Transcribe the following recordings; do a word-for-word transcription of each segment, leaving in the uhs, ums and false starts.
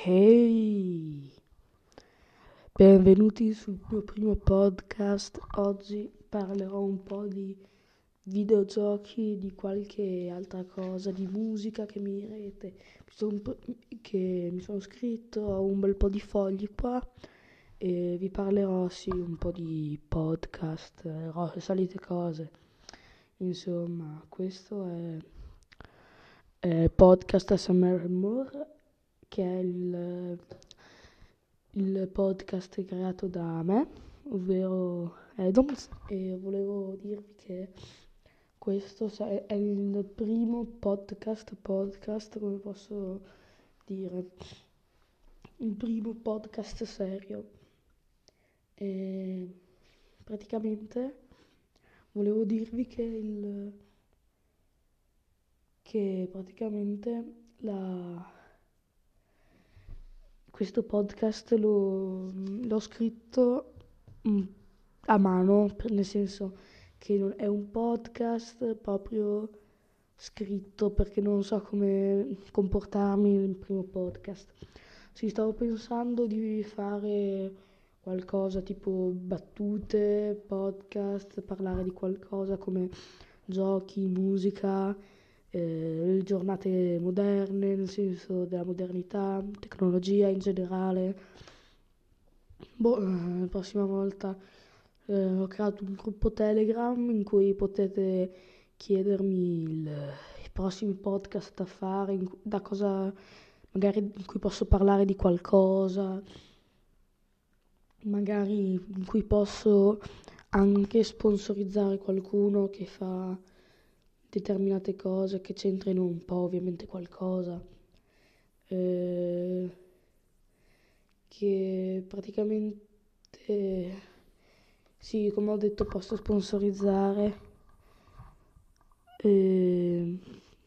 Ehi, benvenuti sul mio primo podcast. Oggi parlerò un po' di videogiochi, di qualche altra cosa, di musica che mi direte. Mi sono, che mi sono scritto, ho un bel po' di fogli qua e vi parlerò sì un po' di podcast, eh, ro- solite cose. Insomma, questo è, è podcast A S M R More, che è il, il podcast creato da me, ovvero Edoms, e volevo dirvi che questo sa- è il primo podcast, podcast, come posso dire, il primo podcast serio. E praticamente volevo dirvi che il che praticamente la questo podcast lo- l'ho scritto mm, a mano, per- nel senso che non è un podcast proprio scritto perché non so come comportarmi nel primo podcast. Sì, stavo pensando di fare qualcosa tipo battute, podcast, parlare di qualcosa come giochi, musica, eh, giornate moderne, nel senso della modernità, tecnologia in generale. Boh, eh, la prossima volta eh, ho creato un gruppo Telegram in cui potete chiedermi il- i prossimi podcast da fare, in cu- da cosa, magari in cui posso parlare di qualcosa, magari in cui posso anche sponsorizzare qualcuno che fa determinate cose che c'entrino un po' ovviamente qualcosa. Eh, che praticamente sì, come ho detto, posso sponsorizzare. eh,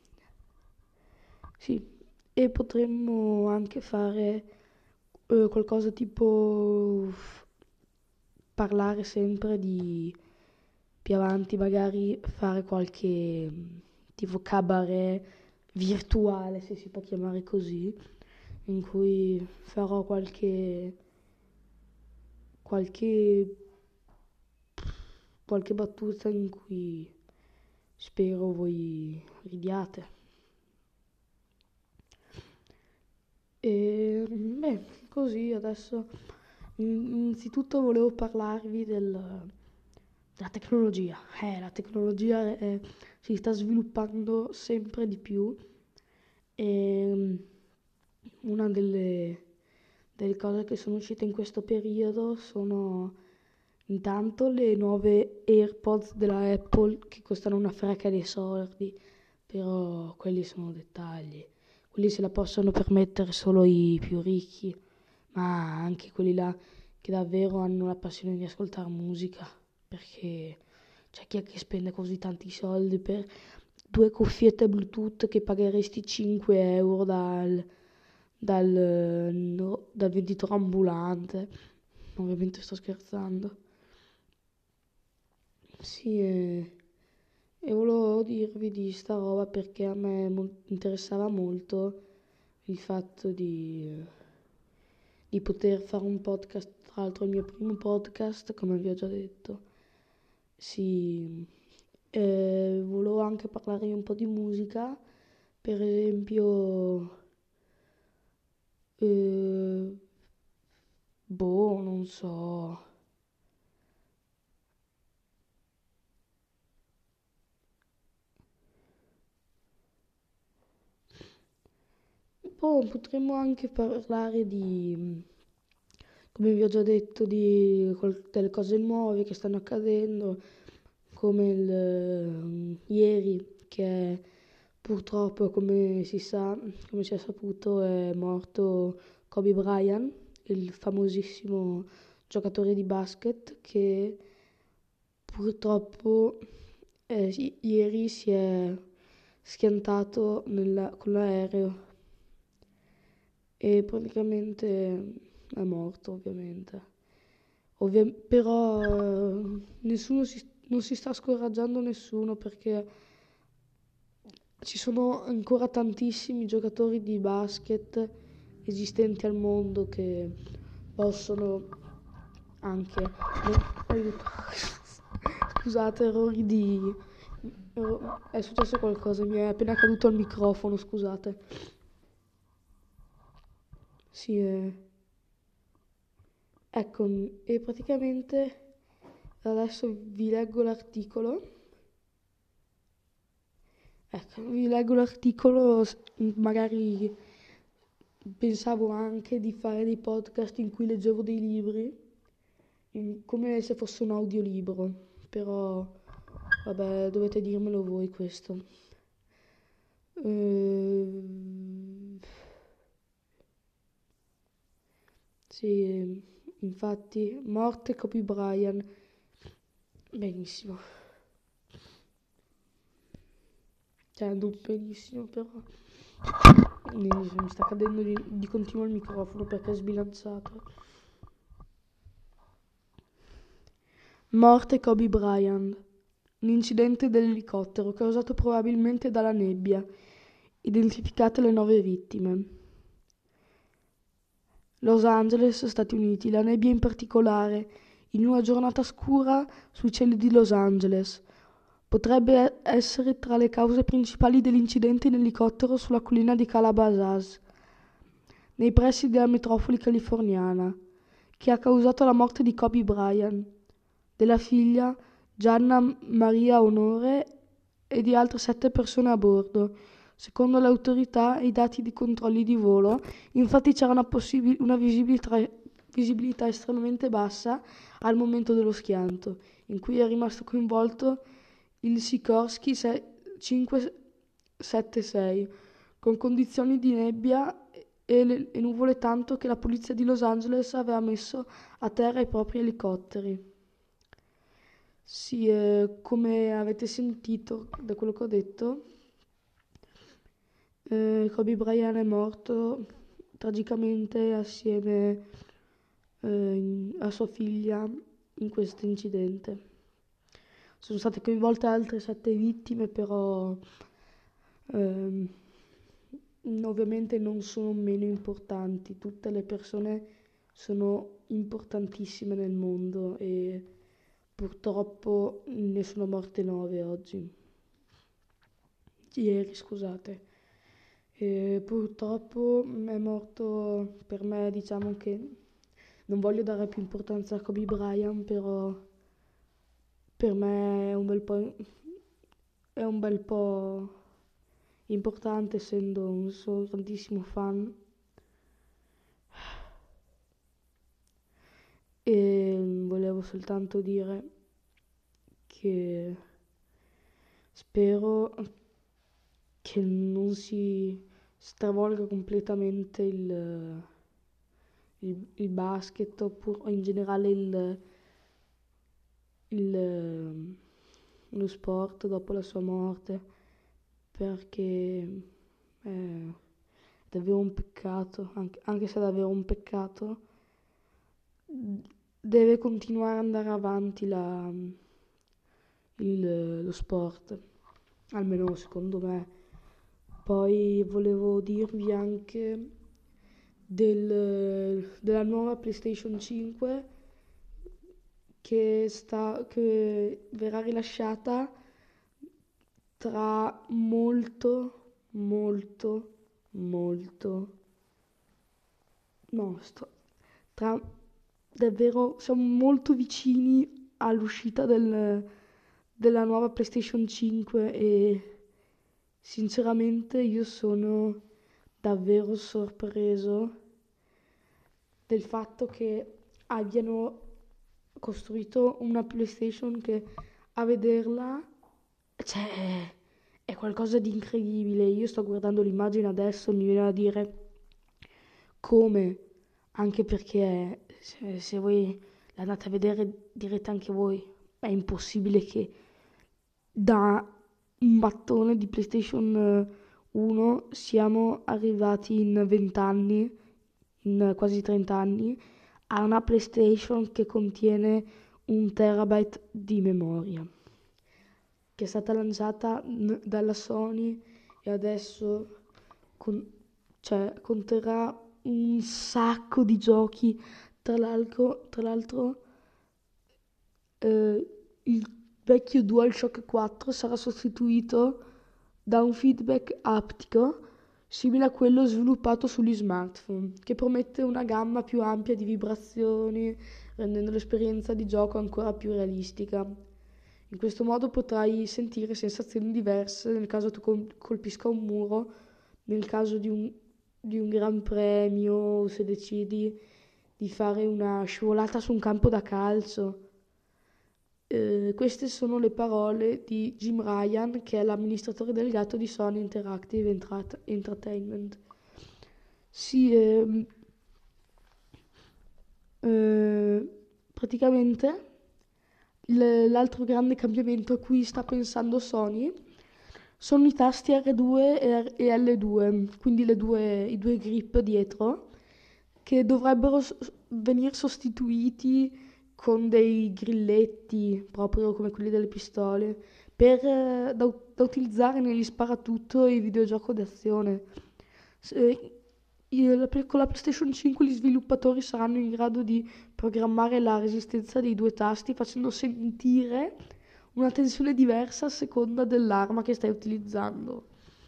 sì, e potremmo anche fare eh, qualcosa tipo f- parlare sempre di più avanti, magari fare qualche mm, tipo cabaret virtuale, se si può chiamare così, in cui farò qualche qualche qualche battuta in cui spero voi ridiate. E beh, così adesso innanzitutto volevo parlarvi del, della tecnologia. Eh, la tecnologia è- si sta sviluppando sempre di più e una delle, delle cose che sono uscite in questo periodo sono intanto le nuove AirPods della Apple che costano una fracca dei soldi, però quelli sono dettagli. Quelli se la possono permettere solo i più ricchi, ma anche quelli là che davvero hanno la passione di ascoltare musica, perché c'è chi è che spende così tanti soldi per due cuffiette Bluetooth che pagheresti cinque euro dal, dal, no, dal venditore ambulante. Ovviamente sto scherzando. Sì, e, e volevo dirvi di sta roba perché a me mo- interessava molto il fatto di, di poter fare un podcast, tra l'altro il mio primo podcast, come vi ho già detto. Sì, eh, volevo anche parlare un po' di musica, per esempio, eh, boh, non so. Boh, potremmo anche parlare di, come vi ho già detto, di qual- delle cose nuove che stanno accadendo, come il, eh, ieri, che purtroppo, come si sa, come si è saputo, è morto Kobe Bryant, il famosissimo giocatore di basket che purtroppo eh, sì, ieri si è schiantato nella- con l'aereo e praticamente è morto, ovviamente. Ovvia- però eh, nessuno si, non si sta scoraggiando nessuno perché ci sono ancora tantissimi giocatori di basket esistenti al mondo che possono anche no, aiuto. Scusate, errori di erro- è successo qualcosa, mi è appena caduto al microfono, scusate. Sì, eh. Ecco, e praticamente adesso vi leggo l'articolo. Ecco, vi leggo l'articolo, s- magari pensavo anche di fare dei podcast in cui leggevo dei libri, in- come se fosse un audiolibro, però vabbè, dovete dirmelo voi questo. Ehm, sì, infatti, morte Kobe Bryant, benissimo, cioè non benissimo però. Mi mi sta cadendo di, di continuo il microfono perché è sbilanciato. Morte Kobe Bryant. L'incidente dell'elicottero causato probabilmente dalla nebbia. Identificate le nove vittime. Los Angeles, Stati Uniti. La nebbia in particolare, in una giornata scura sui cieli di Los Angeles, potrebbe essere tra le cause principali dell'incidente in elicottero sulla collina di Calabasas, nei pressi della metropoli californiana, che ha causato la morte di Kobe Bryant, della figlia Gianna Maria Onore e di altre sette persone a bordo. Secondo le autorità e i dati di controlli di volo, infatti c'era una, possib- una visibilità, visibilità estremamente bassa al momento dello schianto, in cui è rimasto coinvolto il Sikorsky cinquecentosettantasei, con condizioni di nebbia e, le, e nuvole tanto che la polizia di Los Angeles aveva messo a terra i propri elicotteri. Sì, eh, come avete sentito da quello che ho detto, eh, Kobe Bryant è morto tragicamente assieme eh, in- a sua figlia in questo incidente. Sono state coinvolte altre sette vittime, però ehm, ovviamente non sono meno importanti. Tutte le persone sono importantissime nel mondo e purtroppo ne sono morte nove oggi. Ieri, scusate. E purtroppo è morto per me, diciamo che non voglio dare più importanza a Kobe Bryant, però per me è un bel po', è un bel po' importante, essendo un suo grandissimo fan. E volevo soltanto dire che spero che non si stravolga completamente il, il, il basket oppure in generale il, il, lo sport dopo la sua morte, perché è davvero un peccato, anche, anche se è davvero un peccato, deve continuare ad andare avanti la, il, lo sport, almeno secondo me. Poi volevo dirvi anche del, della nuova PlayStation cinque che, sta, che verrà rilasciata tra molto, molto, molto, no, sto, tra davvero siamo molto vicini all'uscita del, della nuova PlayStation cinque e sinceramente io sono davvero sorpreso del fatto che abbiano costruito una PlayStation che a vederla, cioè, è qualcosa di incredibile. Io sto guardando l'immagine adesso e mi viene a dire come, anche perché se, se voi l'andate a vedere direte anche voi, è impossibile che da un mattone di PlayStation uno siamo arrivati in venti anni, in quasi trenta anni, a una PlayStation che contiene un terabyte di memoria, che è stata lanciata dalla Sony e adesso con, cioè, conterrà un sacco di giochi. Tra l'altro, tra l'altro eh, il vecchio DualShock quattro sarà sostituito da un feedback aptico simile a quello sviluppato sugli smartphone, che promette una gamma più ampia di vibrazioni, rendendo l'esperienza di gioco ancora più realistica. In questo modo potrai sentire sensazioni diverse nel caso tu col- colpisca un muro, nel caso di un, di un gran premio, o se decidi di fare una scivolata su un campo da calcio. Eh, queste sono le parole di Jim Ryan, che è l'amministratore delegato di Sony Interactive Entra- Entertainment. Sì, ehm, eh, praticamente l- l'altro grande cambiamento a cui sta pensando Sony sono i tasti R due e, R- e L due, quindi le due, i due grip dietro, che dovrebbero s- venire sostituiti con dei grilletti, proprio come quelli delle pistole, per, eh, da, da utilizzare negli sparatutto e i videogiochi d'azione. Se- i- la- con la PlayStation cinque gli sviluppatori saranno in grado di programmare la resistenza dei due tasti facendo sentire una tensione diversa a seconda dell'arma che stai utilizzando.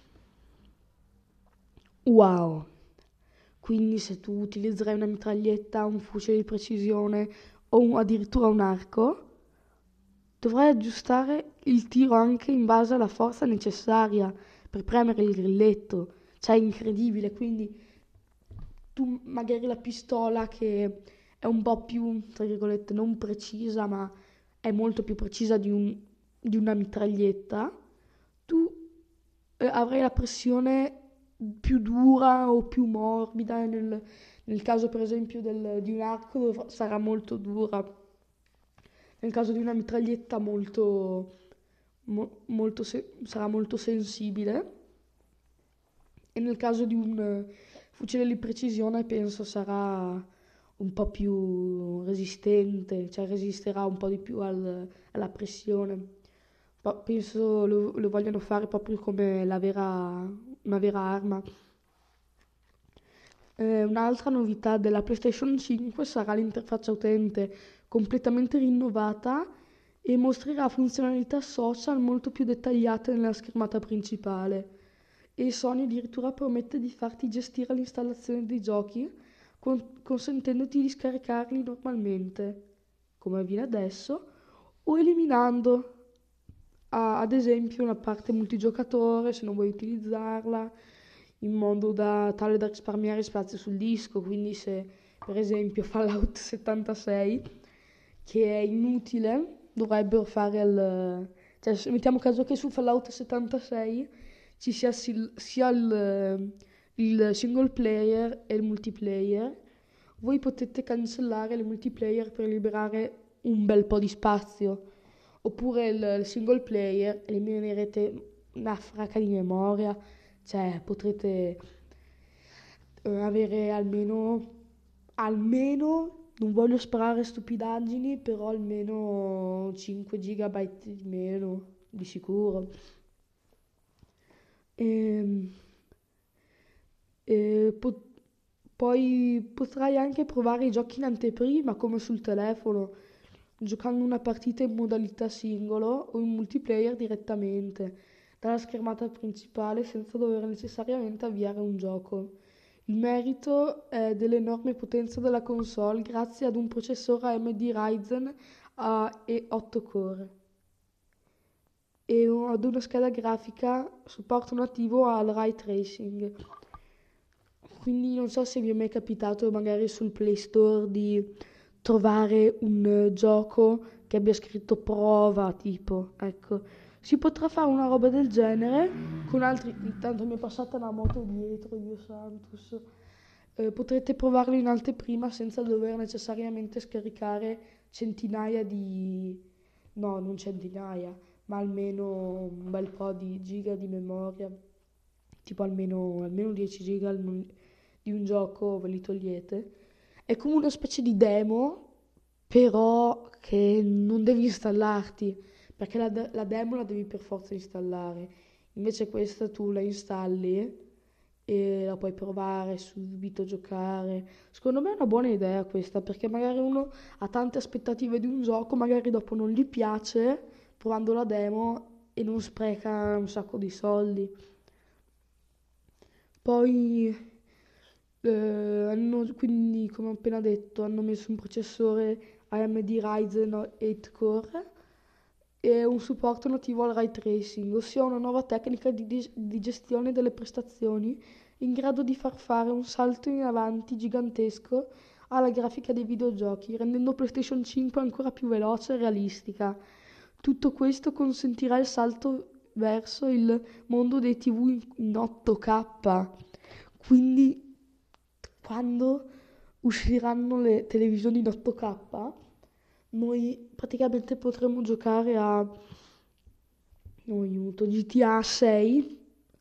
Wow! Quindi se tu utilizzerai una mitraglietta, un fucile di precisione o un- addirittura un arco, dovrai aggiustare il tiro anche in base alla forza necessaria per premere il grilletto. Cioè è incredibile, quindi tu magari la pistola che è un po' più, tra virgolette, non precisa, ma è molto più precisa di, un- di una mitraglietta, tu eh, avrai la pressione più dura o più morbida, nel, nel caso per esempio del- di un arco dov- sarà molto dura, nel caso di una mitraglietta molto, mo- molto se- sarà molto sensibile e nel caso di un eh, fucile di precisione penso sarà un po' più resistente, cioè resisterà un po' di più al- alla pressione. Pa- penso lo, lo vogliono fare proprio come la vera, una vera arma. Eh, un'altra novità della PlayStation cinque sarà l'interfaccia utente completamente rinnovata e mostrerà funzionalità social molto più dettagliate nella schermata principale. E Sony addirittura promette di farti gestire l'installazione dei giochi con- consentendoti di scaricarli normalmente, come avviene adesso, o eliminando a- ad esempio una parte multigiocatore se non vuoi utilizzarla in modo da, tale da risparmiare spazio sul disco. Quindi se per esempio Fallout settantasei, che è inutile, dovrebbero fare il... cioè se mettiamo caso che su Fallout settantasei ci sia sil- sia il, il single player e il multiplayer, voi potete cancellare il multiplayer per liberare un bel po' di spazio. Oppure il, il single player, eliminerete una fracca di memoria, cioè potrete eh, avere almeno, almeno, non voglio sparare stupidaggini, però almeno cinque giga di meno, di sicuro. Ehm, e po- poi potrai anche provare i giochi in anteprima, come sul telefono, giocando una partita in modalità singolo o in multiplayer direttamente dalla schermata principale senza dover necessariamente avviare un gioco. Il merito è dell'enorme potenza della console grazie ad un processore A M D Ryzen a e otto core e un- ad una scheda grafica supporto nativo al ray tracing. Quindi non so se vi è mai capitato magari sul Play Store di trovare un eh, gioco che abbia scritto prova, tipo, ecco. Si potrà fare una roba del genere con altri... Intanto mi è passata una moto dietro, Dio Santus. Eh, potrete provarlo in anteprima senza dover necessariamente scaricare centinaia di... No, non centinaia, ma almeno un bel po' di giga di memoria. Tipo almeno, almeno dieci giga al- di un gioco ve li togliete. È come una specie di demo, però che non devi installarti, perché la, de- la demo la devi per forza installare. Invece questa tu la installi e la puoi provare subito, giocare. Secondo me è una buona idea questa, perché magari uno ha tante aspettative di un gioco, magari dopo non gli piace, provando la demo e non spreca un sacco di soldi. Poi, eh, hanno, quindi, come ho appena detto, hanno messo un processore A M D Ryzen otto Core e un supporto nativo al ray tracing, ossia una nuova tecnica di, di- di gestione delle prestazioni in grado di far fare un salto in avanti gigantesco alla grafica dei videogiochi, rendendo PlayStation cinque ancora più veloce e realistica. Tutto questo consentirà il salto verso il mondo dei T V in in otto K. Quindi, quando usciranno le televisioni in otto K, noi praticamente potremo giocare a, no, aiuto, G T A sei.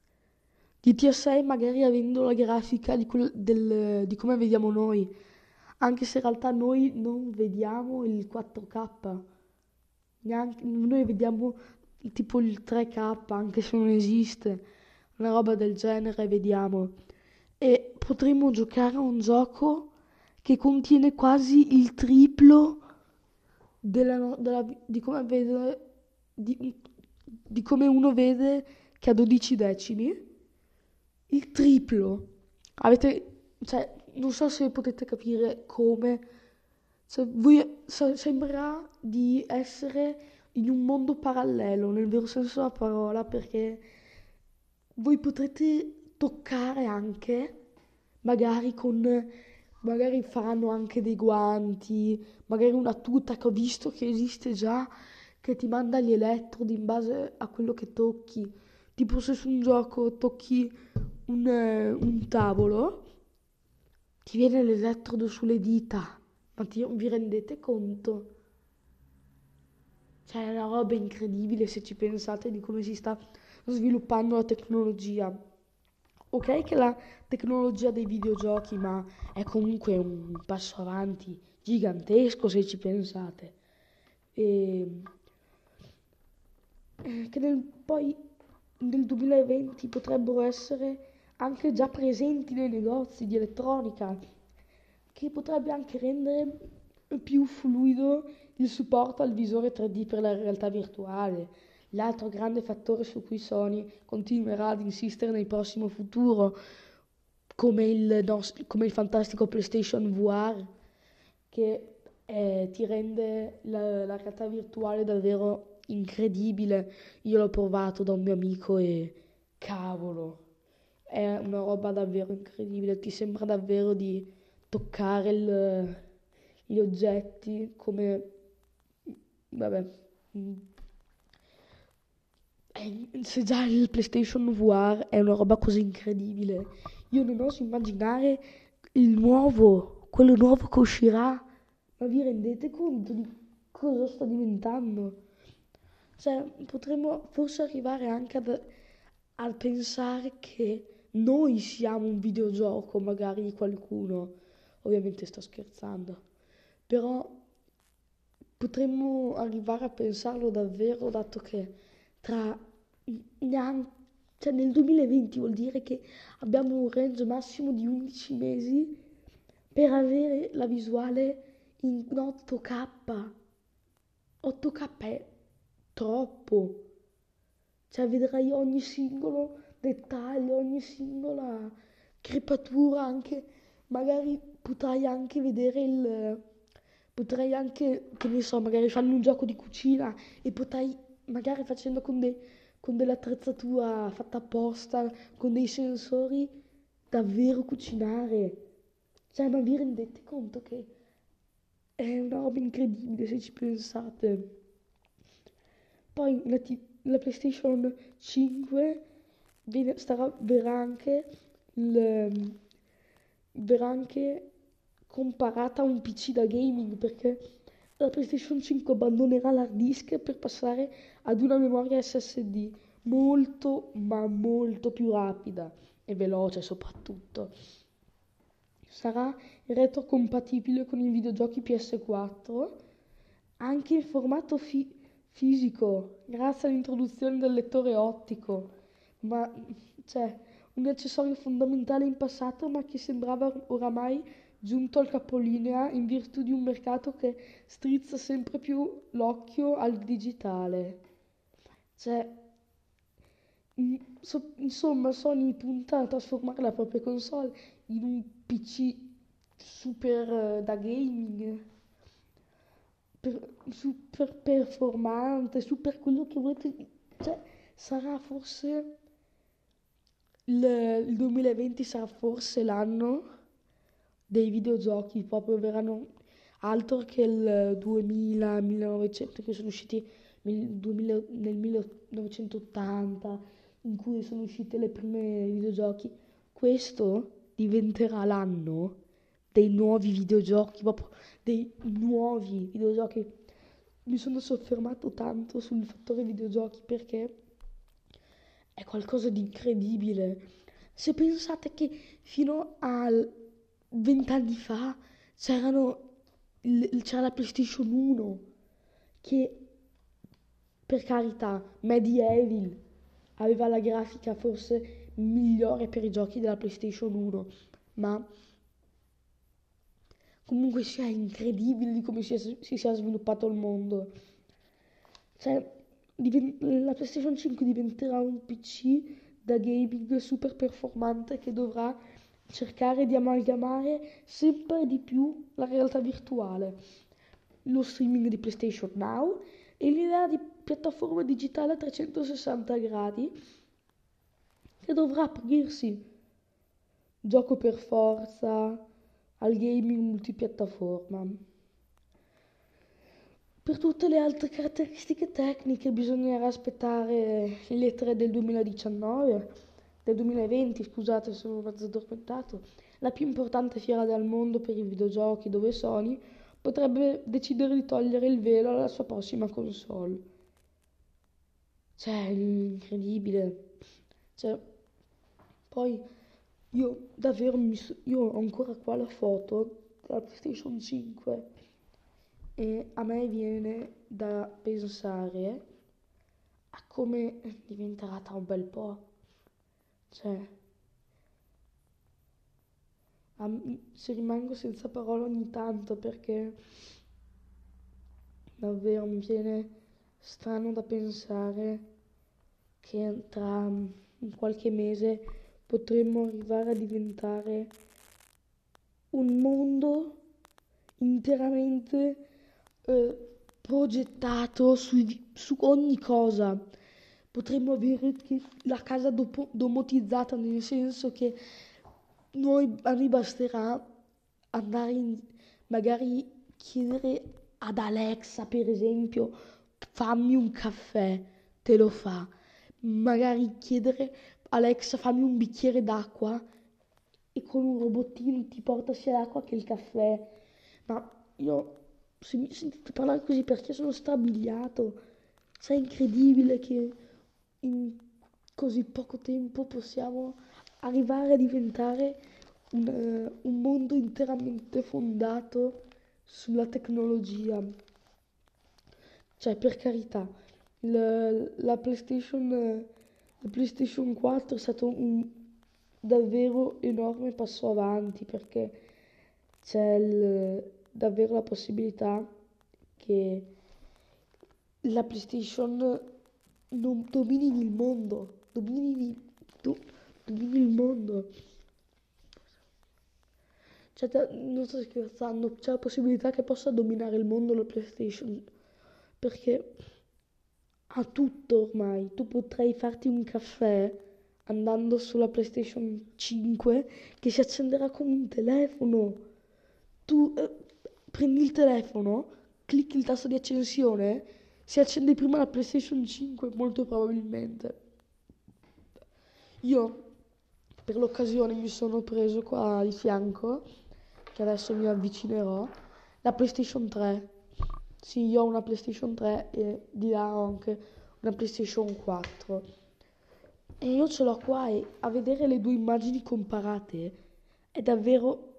G T A sei magari avendo la grafica di, quel- del- di come vediamo noi, anche se in realtà noi non vediamo il quattro K, neanche, noi vediamo il- tipo il tre K, anche se non esiste, una roba del genere vediamo. E potremo giocare a un gioco che contiene quasi il triplo della no- della- di come vede, di, di come uno vede che ha dodici decimi, il triplo. Avete, cioè, non so se potete capire come, cioè, voi, se- sembra di essere in un mondo parallelo, nel vero senso della parola, perché voi potrete toccare anche, magari con, magari faranno anche dei guanti, magari una tuta che ho visto che esiste già, che ti manda gli elettrodi in base a quello che tocchi. Tipo se su un gioco tocchi un, eh, un tavolo, ti viene l'elettrodo sulle dita. Ma ti, vi rendete conto? Cioè, è una roba incredibile se ci pensate di come si sta sviluppando la tecnologia. Ok che la tecnologia dei videogiochi, ma è comunque un passo avanti gigantesco se ci pensate. E eh, che nel- poi nel duemilaventi potrebbero essere anche già presenti nei negozi di elettronica, che potrebbe anche rendere più fluido il supporto al visore tre D per la realtà virtuale. L'altro grande fattore su cui Sony continuerà ad insistere nel prossimo futuro, come il, nos- come il fantastico PlayStation V R, che eh, ti rende la, la realtà virtuale davvero incredibile. Io l'ho provato da un mio amico e cavolo, è una roba davvero incredibile. Ti sembra davvero di toccare il- gli oggetti come, vabbè, mm, eh, se già il PlayStation V R è una roba così incredibile, io non oso immaginare il nuovo, quello nuovo che uscirà. Ma vi rendete conto di cosa sta diventando? Cioè, potremmo forse arrivare anche ad, al pensare che noi siamo un videogioco, magari di qualcuno. Ovviamente sto scherzando. Però potremmo arrivare a pensarlo davvero, dato che tra neanche, cioè nel duemilaventi vuol dire che abbiamo un range massimo di undici mesi per avere la visuale in otto K. otto K è troppo. Cioè vedrai ogni singolo dettaglio, ogni singola crepatura, anche magari potrai anche vedere il, potrai anche, che ne so, magari fanno un gioco di cucina e potrai, magari facendo con, dei, con dell'attrezzatura fatta apposta, con dei sensori, davvero cucinare. Cioè, ma vi rendete conto che è una roba incredibile se ci pensate. Poi la, T- la PlayStation cinque viene- starà, verrà anche, il- verrà anche comparata a un P C da gaming, perché la PlayStation cinque abbandonerà l'hard disk per passare ad una memoria S S D molto ma molto più rapida e veloce soprattutto. Sarà retrocompatibile con i videogiochi P S quattro anche in formato fi- fisico, grazie all'introduzione del lettore ottico. Ma, cioè, un accessorio fondamentale in passato, ma che sembrava oramai giunto al capolinea in virtù di un mercato che strizza sempre più l'occhio al digitale. Cioè, in- so- insomma, Sony punta a trasformare la propria console in un P C super eh, da gaming, per- super performante, super quello che volete. Cioè, sarà forse il, il duemilaventi sarà forse l'anno dei videogiochi, proprio verranno altro che il duemila, millenovecento che sono usciti nel, duemila nel millenovecentottanta, in cui sono uscite le prime videogiochi. Questo diventerà l'anno dei nuovi videogiochi, proprio dei nuovi videogiochi. Mi sono soffermato tanto sul fattore videogiochi perché è qualcosa di incredibile. Se pensate che fino a vent'anni fa c'erano il- c'era la PlayStation uno, che per carità, Medieval aveva la grafica forse migliore per i giochi della PlayStation uno, ma comunque sia incredibile di come si, è- si sia sviluppato il mondo. Cioè, diven- la PlayStation cinque diventerà un P C da gaming super performante che dovrà cercare di amalgamare sempre di più la realtà virtuale, lo streaming di PlayStation Now e l'idea di piattaforma digitale a trecentosessanta gradi che dovrà aprirsi gioco per forza al gaming multipiattaforma. Per tutte le altre caratteristiche tecniche bisognerà aspettare le tre del duemiladiciannove, del duemilaventi, scusate, sono mezzo addormentato, la più importante fiera del mondo per i videogiochi, dove Sony potrebbe decidere di togliere il velo alla sua prossima console. Cioè, incredibile. Cioè, poi io davvero mi so- io ho ancora qua la foto della PlayStation cinque e a me viene da pensare a come diventerà tra un bel po'. Cioè, a- se rimango senza parole ogni tanto perché davvero mi viene strano da pensare che tra mm, qualche mese potremmo arrivare a diventare un mondo interamente eh, progettato su, su ogni cosa. Potremmo avere che- la casa dopo- domotizzata, nel senso che noi, a noi basterà andare in, magari chiedere ad Alexa, per esempio, fammi un caffè, te lo fa. Magari chiedere Alexa, fammi un bicchiere d'acqua e con un robottino ti porta sia l'acqua che il caffè. Ma io, se mi sentite parlare così perché sono strabiliato, cioè è incredibile che in così poco tempo possiamo arrivare a diventare un, eh, un mondo interamente fondato sulla tecnologia. Cioè, per carità, il- la PlayStation, eh, la PlayStation quattro è stato un davvero enorme passo avanti perché c'è il- davvero la possibilità che la PlayStation non domini il mondo, domini, do- domini il mondo. Cioè, te- non sto scherzando, c'è la possibilità che possa dominare il mondo la PlayStation, perché ha tutto ormai. Tu potrai farti un caffè andando sulla PlayStation cinque che si accenderà con un telefono. Tu eh, prendi il telefono, clicchi il tasto di accensione, si accende prima la PlayStation cinque molto probabilmente. Io per l'occasione mi sono preso qua di fianco, che adesso mi avvicinerò, la PlayStation tre. Sì, io ho una PlayStation tre e di là ho anche una PlayStation quattro. E io ce l'ho qua e a vedere le due immagini comparate è davvero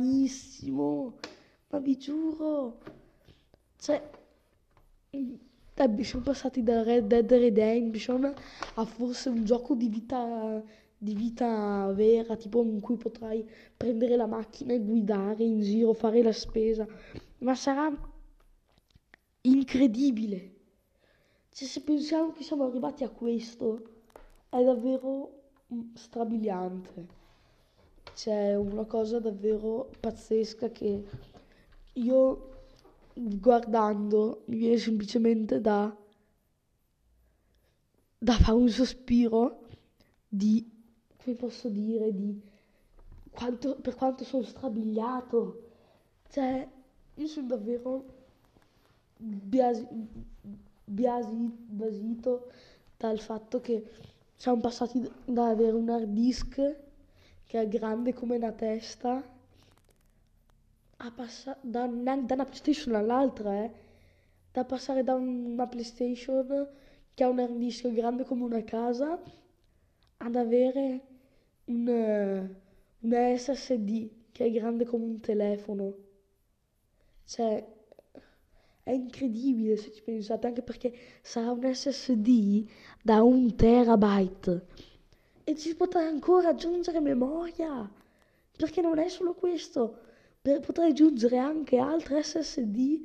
stranissimo, ma vi giuro. Cioè, Dai, siamo passati da Red Dead Redemption a forse un gioco di vita, di vita vera, tipo in cui potrai prendere la macchina e guidare in giro, fare la spesa. Ma sarà incredibile. Cioè, se pensiamo che siamo arrivati a questo, è davvero mm, strabiliante. C'è una cosa davvero pazzesca che io guardando mi viene semplicemente da, da fare un sospiro di, come posso dire, di quanto, per quanto sono strabiliato. Cioè, io sono davvero biasi, biasi- basito dal fatto che siamo passati da avere un hard disk che è grande come una testa a passa- da, una, da una PlayStation all'altra, eh, da passare da una PlayStation che ha un hard disk grande come una casa ad avere un, eh, una S S D che è grande come un telefono. Cioè, è incredibile se ci pensate, anche perché sarà un S S D da un terabyte e ci potrà ancora aggiungere memoria, perché non è solo questo, per- potrai aggiungere anche altre S S D.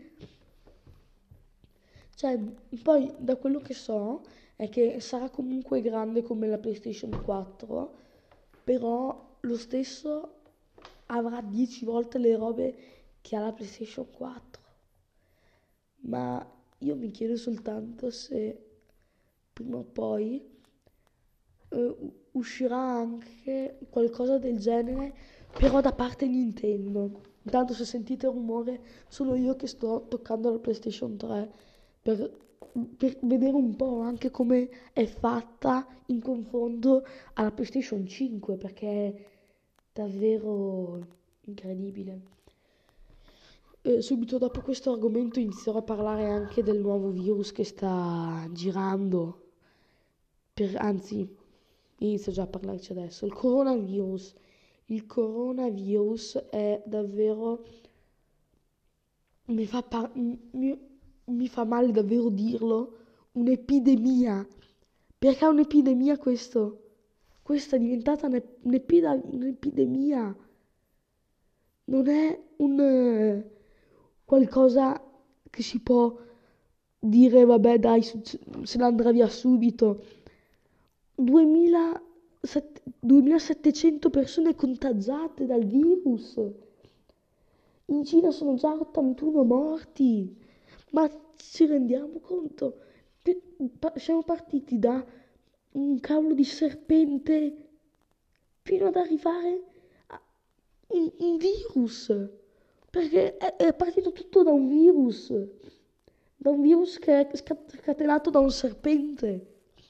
Cioè, poi da quello che so è che sarà comunque grande come la PlayStation quattro, però lo stesso avrà dieci volte le robe che ha la PlayStation quattro. Ma io mi chiedo soltanto se prima o poi eh, uscirà anche qualcosa del genere, però da parte Nintendo. Intanto se sentite rumore sono io che sto toccando la PlayStation tre per, per vedere un po' anche come è fatta in confronto alla PlayStation cinque, perché è davvero incredibile. Eh, subito dopo questo argomento inizierò a parlare anche del nuovo virus che sta girando, per- anzi, inizio già a parlarci adesso, il coronavirus. Il coronavirus è davvero, mi fa, pa- mi, mi fa male davvero dirlo, un'epidemia. Perché è un'epidemia questo? Questa è diventata un'ep- un'epida- un'epidemia. Non è un eh, qualcosa che si può dire, vabbè, dai, succe- se ne andrà via subito. duemila sette- duemilasettecento persone contagiate dal virus. In Cina sono già ottantuno morti. Ma ci rendiamo conto? Che pa- siamo partiti da un cavolo di serpente fino ad arrivare a un, un virus. Perché è, è partito tutto da un virus. Da un virus che è scatenato da un serpente.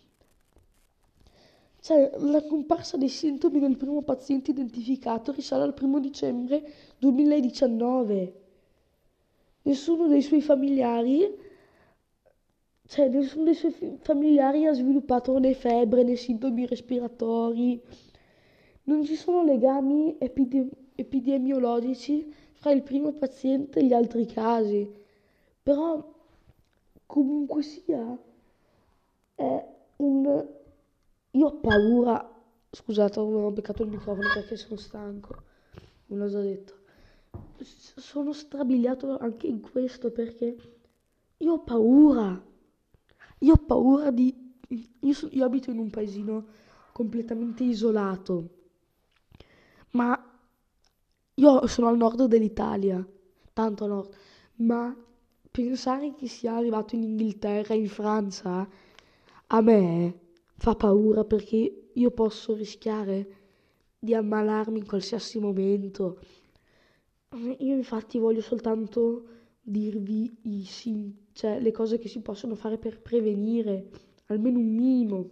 Cioè, la comparsa dei sintomi del primo paziente identificato risale al primo dicembre duemiladiciannove. Nessuno dei suoi familiari, cioè nessuno dei suoi fi- familiari ha sviluppato né febbre né sintomi respiratori. Non ci sono legami epide- epidemiologici fra il primo paziente e gli altri casi. Però, comunque sia, è un... Io ho paura... Scusate, ho beccato il microfono perché sono stanco. Non l'ho già detto. S- Sono strabiliato anche in questo perché io ho paura. Io ho paura di... Io, so- io abito in un paesino completamente isolato, ma io sono al nord dell'Italia, tanto a nord, ma pensare che sia arrivato in Inghilterra, in Francia, a me fa paura perché io posso rischiare di ammalarmi in qualsiasi momento. Io infatti voglio soltanto dirvi i sim- cioè, le cose che si possono fare per prevenire, almeno un minimo.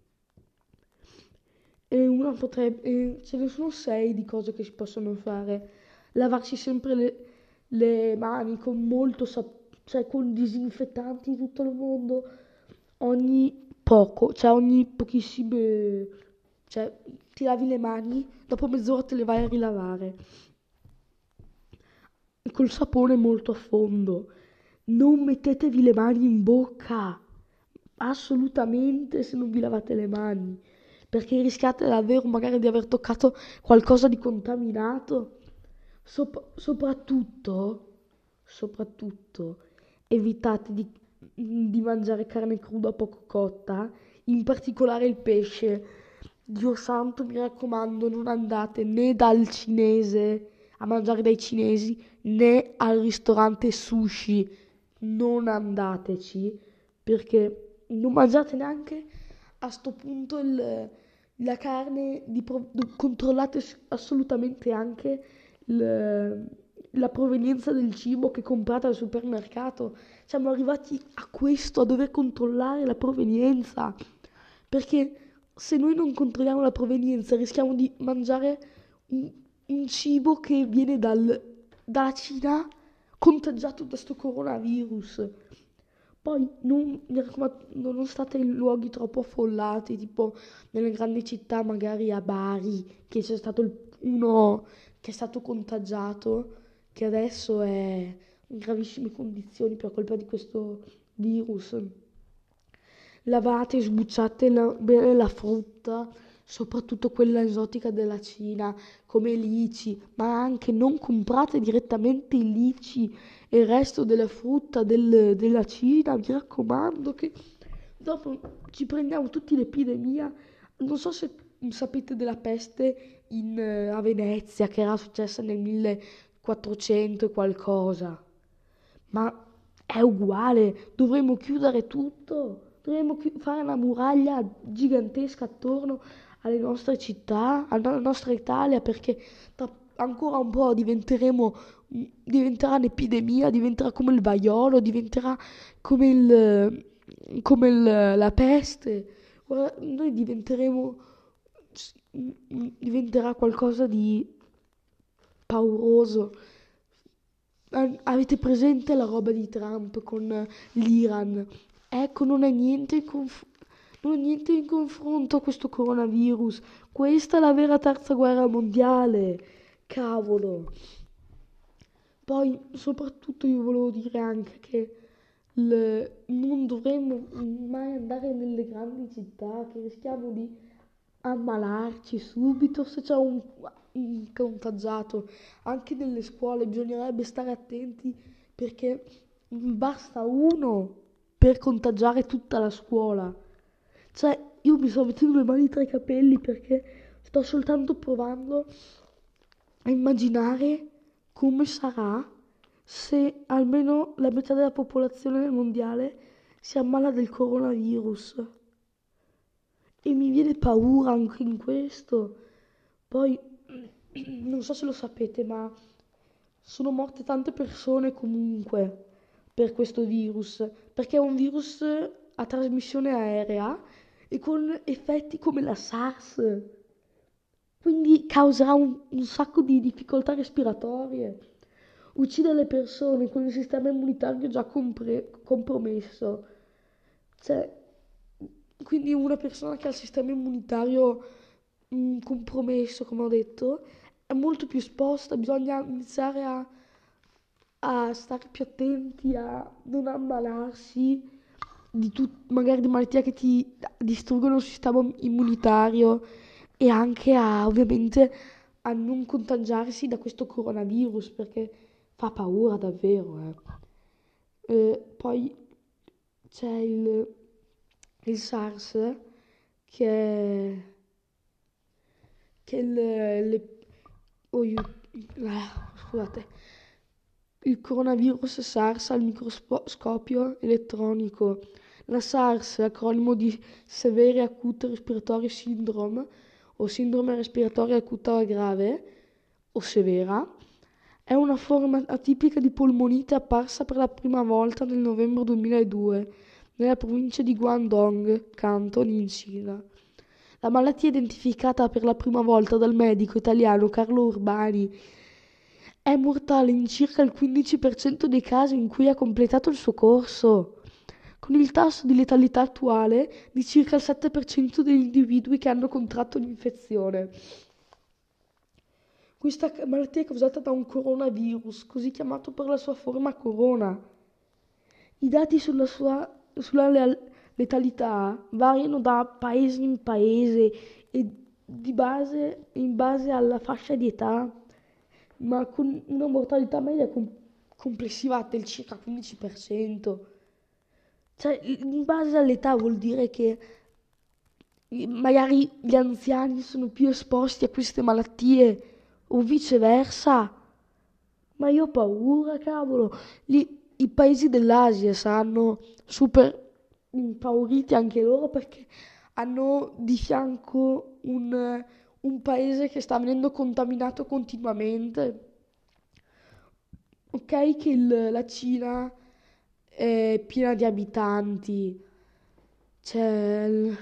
E una potrebbe, e ce ne sono sei di cose che si possono fare. Lavarsi sempre le, le mani con molto sap- cioè con disinfettanti di tutto il mondo ogni poco, cioè ogni pochissime, cioè ti lavi le mani, dopo mezz'ora te le vai a rilavare. Col sapone molto a fondo. non mettetevi le mani in bocca, assolutamente, se non vi lavate le mani, perché rischiate davvero magari di aver toccato qualcosa di contaminato. Sop- soprattutto, soprattutto, evitate di, di mangiare carne cruda poco cotta, in particolare il pesce. Dio santo, mi raccomando, non andate né dal cinese a mangiare dai cinesi né al ristorante sushi. Non andateci perché non mangiate neanche a sto punto il- la carne, di pro- controllate s- assolutamente anche il- la provenienza del cibo che comprate al supermercato. Siamo arrivati a questo, a dover controllare la provenienza, perché se noi non controlliamo la provenienza rischiamo di mangiare un, un cibo che viene dal- dalla Cina contagiato da questo coronavirus. Poi non, mi raccomando, non state in luoghi troppo affollati, tipo nelle grandi città, magari a Bari, che c'è stato il- uno che è stato contagiato, che adesso è in gravissime condizioni per colpa di questo virus. Lavate e sbucciate la- bene la frutta, soprattutto quella esotica della Cina, come i lici, ma anche non comprate direttamente i lici e il resto della frutta del- della Cina, mi raccomando, che dopo ci prendiamo tutti l'epidemia. Non so se sapete della peste in, eh, a Venezia, che era successa nel millequattrocento e qualcosa. Ma è uguale, dovremmo chiudere tutto, dovremmo chi- fare una muraglia gigantesca attorno alle nostre città, alla nostra Italia, perché tra ancora un po' diventeremo, diventerà un'epidemia, diventerà come il vaiolo, diventerà come il, come il- la peste. Guarda, noi diventeremo, diventerà qualcosa di pauroso. Ah, avete presente la roba di Trump con eh, l'Iran? Ecco, non è niente in, conf- non è niente in confronto a questo coronavirus. Questa è la vera terza guerra mondiale. Cavolo. Poi, soprattutto, io volevo dire anche che il- non dovremmo mai andare nelle grandi città, che rischiamo di ammalarci subito se c'è un, un contagiato. Anche nelle scuole bisognerebbe stare attenti perché basta uno per contagiare tutta la scuola. Cioè, io mi sto mettendo le mani tra i capelli perché sto soltanto provando a immaginare come sarà se almeno la metà della popolazione mondiale si ammala del coronavirus. E mi viene paura anche in questo. Poi, non so se lo sapete, ma sono morte tante persone comunque per questo virus, perché è un virus a trasmissione aerea e con effetti come la SARS. Quindi causerà un, un sacco di difficoltà respiratorie. Uccide le persone con il sistema immunitario già compre- compromesso. Cioè, quindi una persona che ha il sistema immunitario mm, compromesso, come ho detto, è molto più esposta, bisogna iniziare a, a stare più attenti, a non ammalarsi di tut- magari di malattie che ti distruggono il sistema immunitario e anche a, ovviamente, a non contagiarsi da questo coronavirus perché fa paura davvero, eh. Eh, poi c'è il, il SARS che è, che è il, le- oh, io- ah, scusate, il coronavirus SARS al microscopio elettronico. La SARS è acronimo di Severe Acute Respiratory Syndrome o sindrome respiratoria acuta grave o severa. È una forma atipica di polmonite apparsa per la prima volta nel novembre duemiladue nella provincia di Guangdong, Canton, in Cina. La malattia identificata per la prima volta dal medico italiano Carlo Urbani è mortale in circa il quindici per cento dei casi in cui ha completato il suo corso, con il tasso di letalità attuale di circa il sette per cento degli individui che hanno contratto l'infezione. Questa malattia è causata da un coronavirus, così chiamato per la sua forma corona, i dati sulla sua sulla leal- letalità variano da paese in paese e di base, in base alla fascia di età, ma con una mortalità media com- complessiva del circa quindici per cento. Cioè, in base all'età vuol dire che magari gli anziani sono più esposti a queste malattie o viceversa. Ma io ho paura, cavolo. Lì, i paesi dell'Asia saranno super impauriti anche loro perché hanno di fianco un, un paese che sta venendo contaminato continuamente. Ok, che il- la Cina è piena di abitanti, c'è il,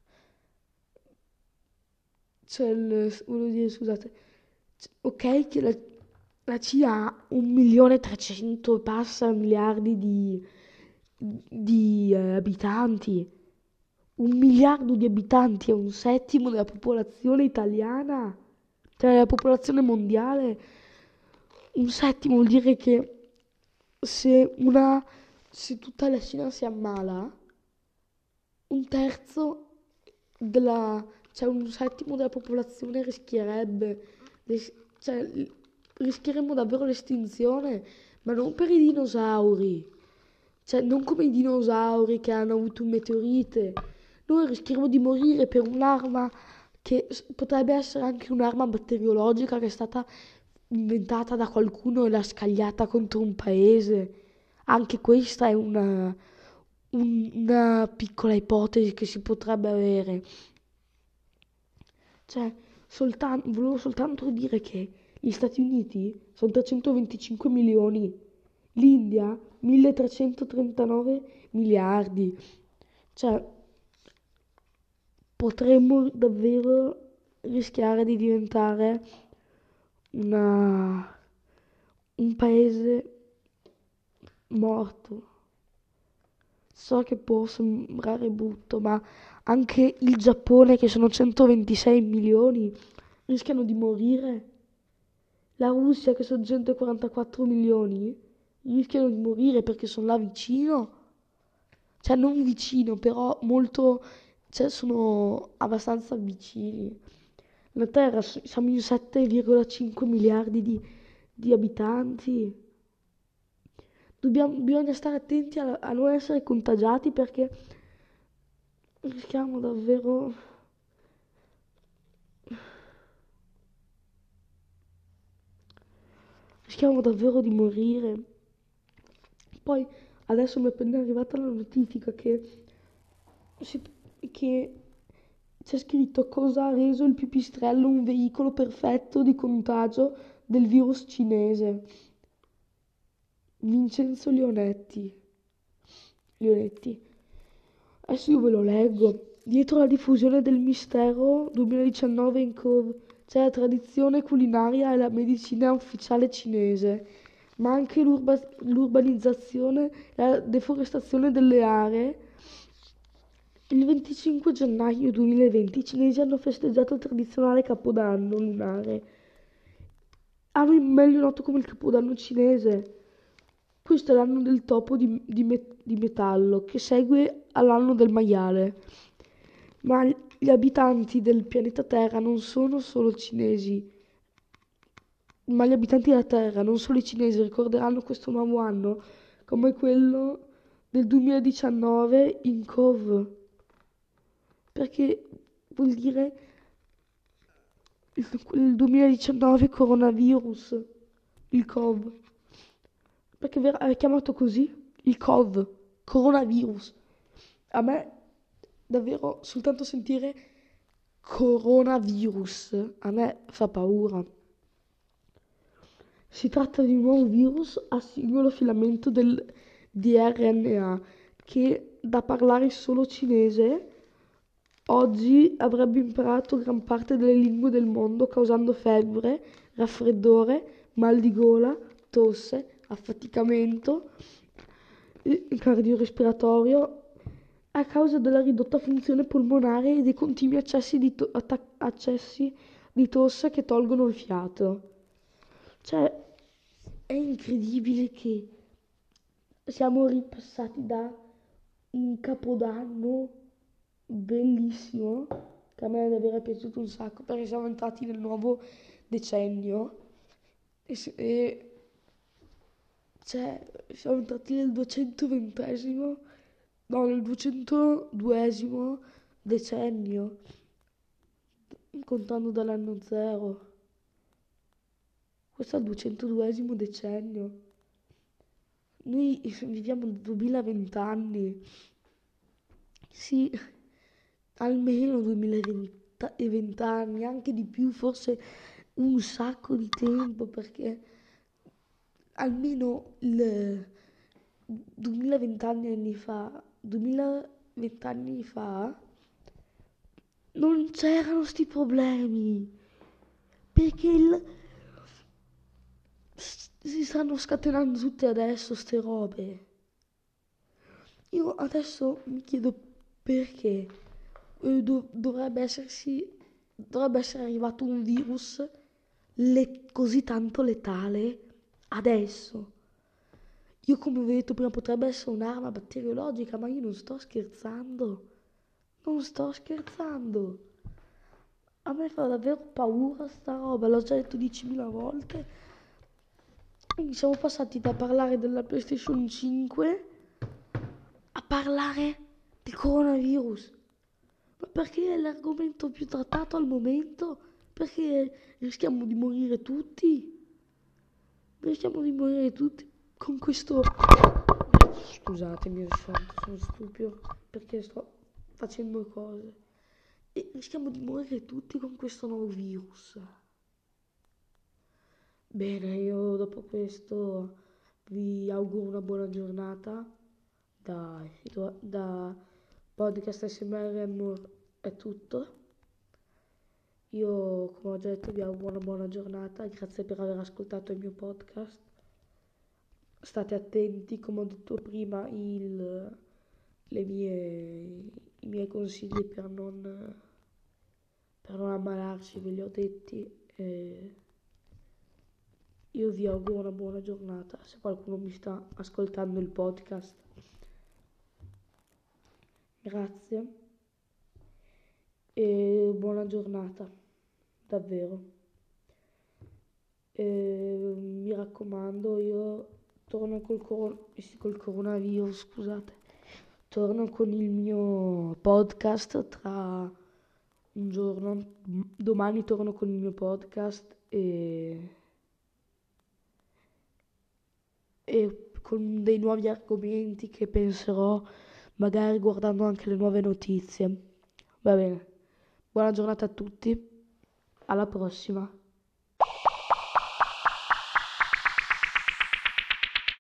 c'è il, volevo dire, scusate, c- ok, che la, la Cina ha un milione e trecento e passa miliardi di, di eh, abitanti. Un miliardo di abitanti è un settimo della popolazione italiana, cioè della popolazione mondiale. Un settimo vuol dire che se una, se tutta la Cina si ammala, un terzo della, cioè un settimo della popolazione rischierebbe, l'es- cioè l- rischieremmo davvero l'estinzione, ma non per i dinosauri, cioè non come i dinosauri che hanno avuto un meteorite, noi rischieremo di morire per un'arma che s- potrebbe essere anche un'arma batteriologica che è stata inventata da qualcuno e l'ha scagliata contro un paese. Anche questa è una, un- una piccola ipotesi che si potrebbe avere. Cioè, soltan- volevo soltanto dire che gli Stati Uniti sono trecentoventicinque milioni, l'India milletrecentotrentanove miliardi. Cioè, potremmo davvero rischiare di diventare una, un paese morto. So che può sembrare brutto, ma anche il Giappone, che sono centoventisei milioni, rischiano di morire. La Russia, che sono centoquarantaquattro milioni, rischiano di morire perché sono là vicino. Cioè, non vicino, però molto, cioè, sono abbastanza vicini. La Terra, s- siamo in sette virgola cinque miliardi di, di abitanti. Dobbiamo- bisogna stare attenti a, a non essere contagiati perché rischiamo davvero, rischiamo davvero di morire. Poi adesso mi è appena arrivata la notifica che, si- che c'è scritto cosa ha reso il pipistrello un veicolo perfetto di contagio del virus cinese. Vincenzo Leonetti. Leonetti. Adesso io ve lo leggo. Dietro la diffusione del mistero duemiladiciannove in Cove c'è la tradizione culinaria e la medicina ufficiale cinese, ma anche l'urba- l'urbanizzazione e la deforestazione delle aree. Il venticinque gennaio duemilaventi i cinesi hanno festeggiato il tradizionale Capodanno lunare, anno meglio noto come il Capodanno cinese. Questo è l'anno del topo di, di me- di metallo, che segue all'anno del maiale. Ma gli abitanti del pianeta Terra non sono solo cinesi, ma gli abitanti della Terra, non solo i cinesi, ricorderanno questo nuovo anno come quello del duemiladiciannove in Cove, perché vuol dire il, il duemiladiciannove coronavirus, il Cove, perché ver- è chiamato così, il Cove, coronavirus. A me davvero soltanto sentire coronavirus a me fa paura. Si tratta di un nuovo virus a singolo filamento del D R N A che, da parlare solo cinese, oggi avrebbe imparato gran parte delle lingue del mondo, causando febbre, raffreddore, mal di gola, tosse, affaticamento eh, cardiorespiratorio a causa della ridotta funzione polmonare e dei continui accessi di, to- attac- accessi di tosse che tolgono il fiato. Cioè, è incredibile che siamo ripassati da un capodanno bellissimo, che a me è davvero piaciuto un sacco, perché siamo entrati nel nuovo decennio e, se- e cioè siamo entrati nel duecentoventesimo, no, nel duecentoduesimo decennio, contando dall'anno zero. Questo è il duecentoduesimo decennio. Noi viviamo da duemilaventi anni. Sì, almeno duemilaventi anni, anche di più, forse un sacco di tempo, perché almeno il duemilaventi anni fa, duemilaventi anni fa, non c'erano sti problemi, perché il- s- si stanno scatenando tutte adesso ste robe. Io adesso mi chiedo perché eh, dov- dovrebbe essersi, dovrebbe essere arrivato un virus le- così tanto letale adesso. Io come ho detto prima potrebbe essere un'arma batteriologica, ma io non sto scherzando. Non sto scherzando. A me fa davvero paura sta roba, l'ho già detto diecimila volte. Siamo passati da parlare della PlayStation cinque a parlare del coronavirus. Ma perché è l'argomento più trattato al momento? Perché rischiamo di morire tutti? Rischiamo di morire tutti con questo... Scusatemi, sono stupido perché sto facendo cose. E rischiamo di morire tutti con questo nuovo virus. Bene, io dopo questo vi auguro una buona giornata. Da, da Podcast S M R Amor è tutto. Io, come ho già detto, vi auguro una buona giornata. Grazie per aver ascoltato il mio podcast. State attenti, come ho detto prima, il, le mie, i miei consigli per non, per non ammalarci, ve li ho detti. E io vi auguro una buona giornata. Se qualcuno mi sta ascoltando il podcast, grazie e buona giornata, davvero. E, mi raccomando, io torno col, coron- col coronavirus, scusate, torno con il mio podcast tra un giorno, domani torno con il mio podcast e, e con dei nuovi argomenti che penserò magari guardando anche le nuove notizie. Va bene, buona giornata a tutti, alla prossima.